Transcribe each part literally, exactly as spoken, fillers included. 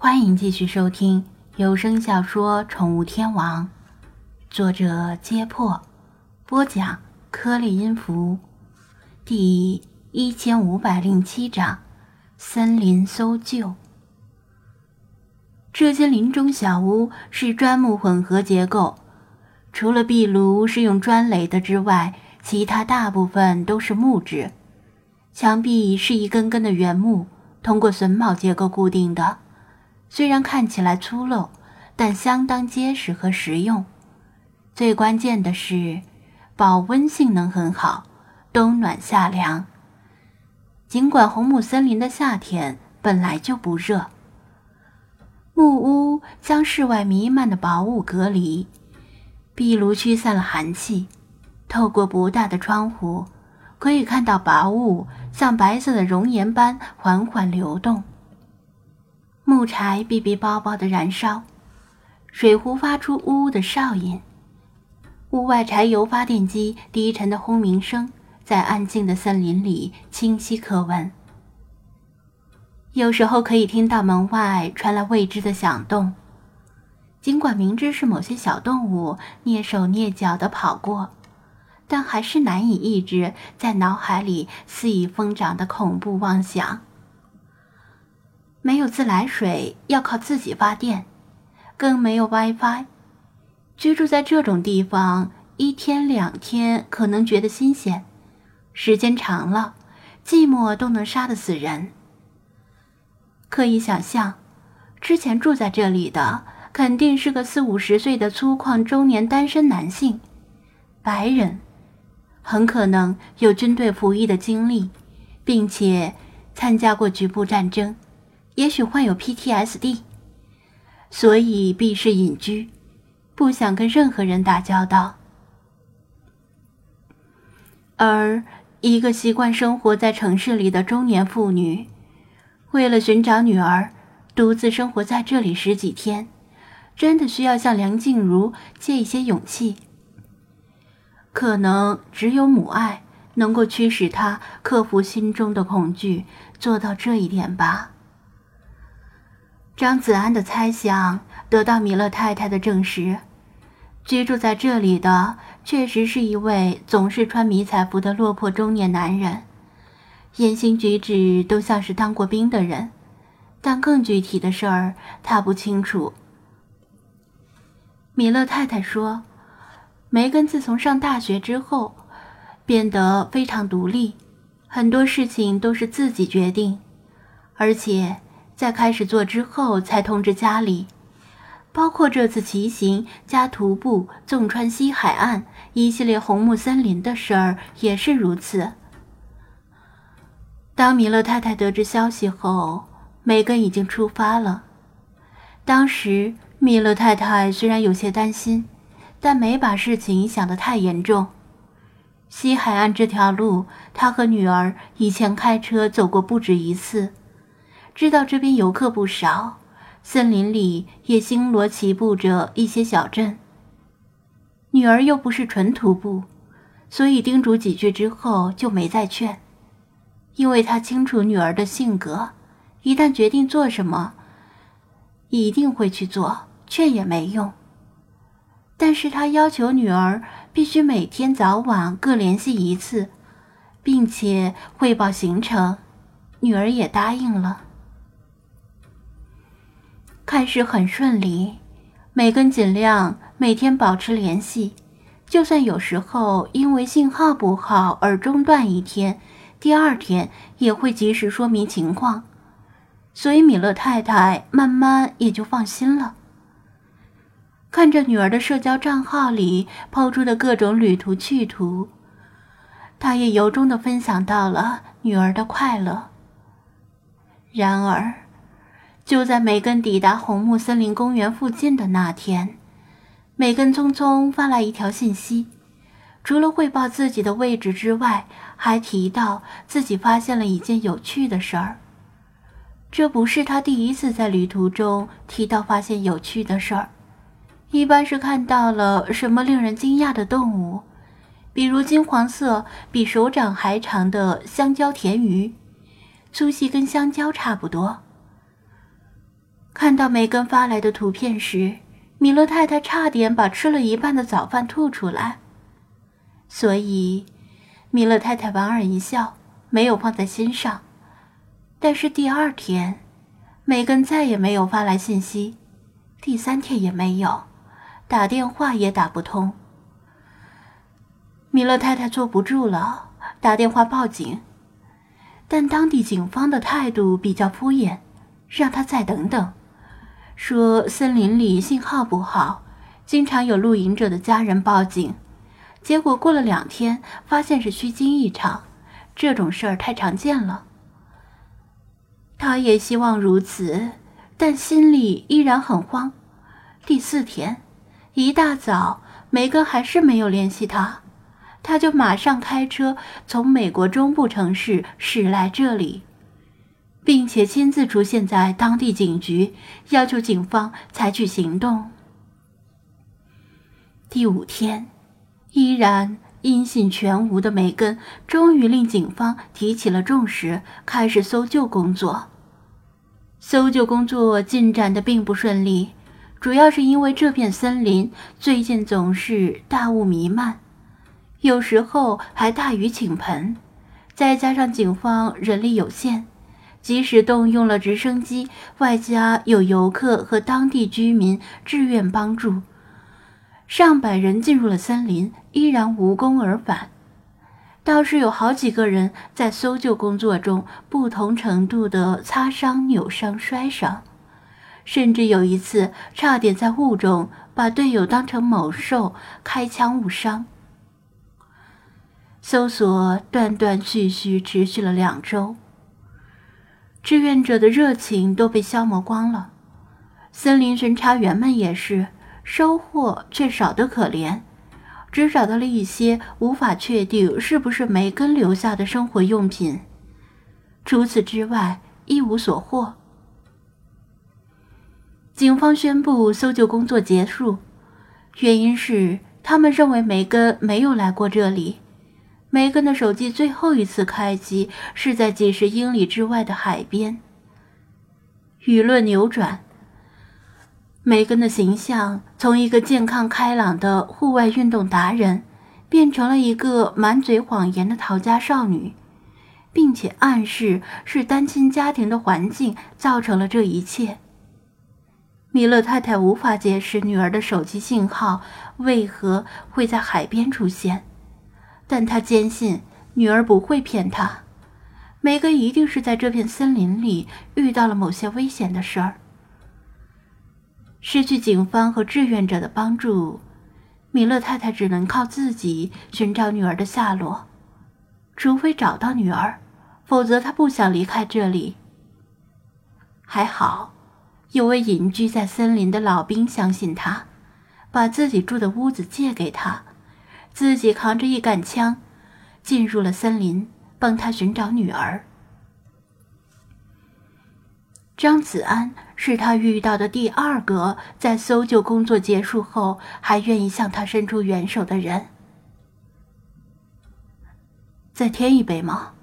欢迎继续收听有声小说《宠物天王》，作者揭破，播讲颗粒音符，第一千五百零七章森林搜救。这间林中小屋是砖木混合结构，除了壁炉是用砖垒的之外，其他大部分都是木质。墙壁是一根根的原木，通过榫卯结构固定的，虽然看起来粗陋，但相当结实和实用。最关键的是，保温性能很好，冬暖夏凉。尽管红木森林的夏天本来就不热，木屋将室外弥漫的薄雾隔离，壁炉驱散了寒气，透过不大的窗户，可以看到薄雾像白色的熔岩般缓缓流动。木柴哔哔包包地燃烧，水壶发出呜呜的哨音。屋外柴油发电机低沉的轰鸣声在安静的森林里清晰可闻。有时候可以听到门外传来未知的响动，尽管明知是某些小动物蹑手蹑脚地跑过，但还是难以抑制在脑海里肆意疯长的恐怖妄想。没有自来水，要靠自己发电，更没有 WiFi。 居住在这种地方，一天两天可能觉得新鲜，时间长了，寂寞都能杀得死人。可以想象，之前住在这里的肯定是个四五十岁的粗犷中年单身男性，白人，很可能有军队服役的经历，并且参加过局部战争，也许患有 P T S D， 所以避世隐居，不想跟任何人打交道。而一个习惯生活在城市里的中年妇女，为了寻找女儿，独自生活在这里十几天，真的需要向梁静茹借一些勇气。可能只有母爱能够驱使她克服心中的恐惧，做到这一点吧。张子安的猜想得到米勒太太的证实，居住在这里的确实是一位总是穿迷彩服的落魄中年男人，言行举止都像是当过兵的人，但更具体的事儿他不清楚。米勒太太说，梅根自从上大学之后变得非常独立，很多事情都是自己决定，而且在开始做之后才通知家里，包括这次骑行加徒步纵穿西海岸一系列红木森林的事儿也是如此。当米勒太太得知消息后，梅根已经出发了。当时米勒太太虽然有些担心，但没把事情想得太严重。西海岸这条路，她和女儿以前开车走过不止一次，知道这边游客不少，森林里也星罗棋布着一些小镇。女儿又不是纯徒步，所以叮嘱几句之后就没再劝，因为她清楚女儿的性格，一旦决定做什么，一定会去做，劝也没用。但是她要求女儿必须每天早晚各联系一次，并且汇报行程，女儿也答应了。开始很顺利，梅根尽量每天保持联系，就算有时候因为信号不好而中断一天，第二天也会及时说明情况，所以米勒太太慢慢也就放心了。看着女儿的社交账号里抛出的各种旅途趣图，她也由衷地分享到了女儿的快乐。然而就在梅根抵达红木森林公园附近的那天，梅根匆匆发来一条信息，除了汇报自己的位置之外，还提到自己发现了一件有趣的事儿。这不是他第一次在旅途中提到发现有趣的事儿，一般是看到了什么令人惊讶的动物，比如金黄色比手掌还长的香蕉田鱼，粗细跟香蕉差不多。 看到梅根发来的图片时，米勒太太差点把吃了一半的早饭吐出来。所以，米勒太太莞尔一笑，没有放在心上。但是第二天，梅根再也没有发来信息，第三天也没有，打电话也打不通。米勒太太坐不住了，打电话报警，但当地警方的态度比较敷衍，让她再等等，说森林里信号不好，经常有露营者的家人报警，结果过了两天发现是虚惊一场，这种事儿太常见了。他也希望如此，但心里依然很慌。第四天一大早，梅根还是没有联系他，他就马上开车从美国中部城市驶来这里，并且亲自出现在当地警局，要求警方采取行动。第五天，依然音信全无的梅根终于令警方提起了重视，开始搜救工作。搜救工作进展得并不顺利，主要是因为这片森林最近总是大雾弥漫，有时候还大雨倾盆，再加上警方人力有限，即使动用了直升机，外加有游客和当地居民志愿帮助，上百人进入了森林，依然无功而返。倒是有好几个人在搜救工作中不同程度的擦伤、扭伤、摔伤，甚至有一次差点在雾中把队友当成猛兽开枪误伤。搜索断断续续持续了两周，志愿者的热情都被消磨光了，森林巡查员们也是收获却少得可怜，只找到了一些无法确定是不是梅根留下的生活用品，除此之外一无所获。警方宣布搜救工作结束，原因是他们认为梅根没有来过这里。梅根的手机最后一次开机是在几十英里之外的海边。舆论扭转，梅根的形象从一个健康开朗的户外运动达人变成了一个满嘴谎言的逃家少女，并且暗示是单亲家庭的环境造成了这一切。米勒太太无法解释女儿的手机信号为何会在海边出现，但她坚信女儿不会骗她，梅根一定是在这片森林里遇到了某些危险的事儿。失去警方和志愿者的帮助，米勒太太只能靠自己寻找女儿的下落，除非找到女儿，否则她不想离开这里。还好，有位隐居在森林的老兵相信她，把自己住的屋子借给她，自己扛着一杆枪，进入了森林，帮她寻找女儿。张子安是他遇到的第二个在搜救工作结束后还愿意向他伸出援手的人。再添一杯吗？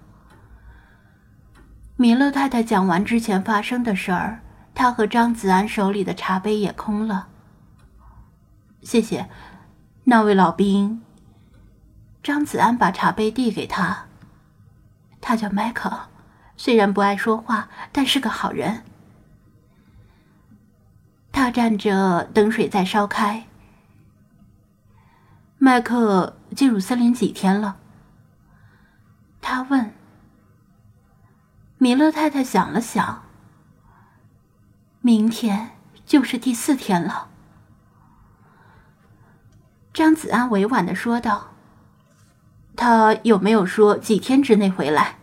米勒太太讲完之前发生的事儿，他和张子安手里的茶杯也空了。谢谢。那位老兵。张子安把茶杯递给他。他叫迈克，虽然不爱说话，但是个好人。他站着等水再烧开。迈克进入森林几天了？他问。米勒太太想了想，明天就是第四天了。张子安委婉地说道。他有没有说几天之内回来？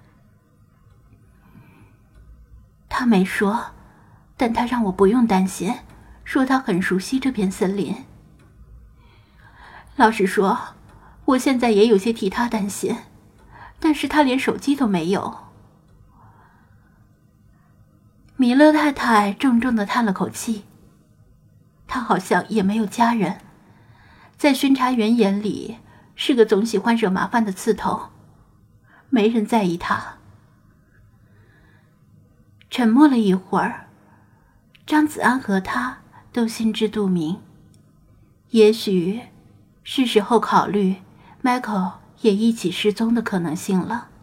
他没说，但他让我不用担心，说他很熟悉这片森林。老实说，我现在也有些替他担心，但是他连手机都没有。米勒太太重重地叹了口气，他好像也没有家人，在巡查员眼里是个总喜欢惹麻烦的刺头，没人在意他。沉默了一会儿， 张子安和他都心知肚明，也许是时候考虑 Michael 也一起失踪的可能性了。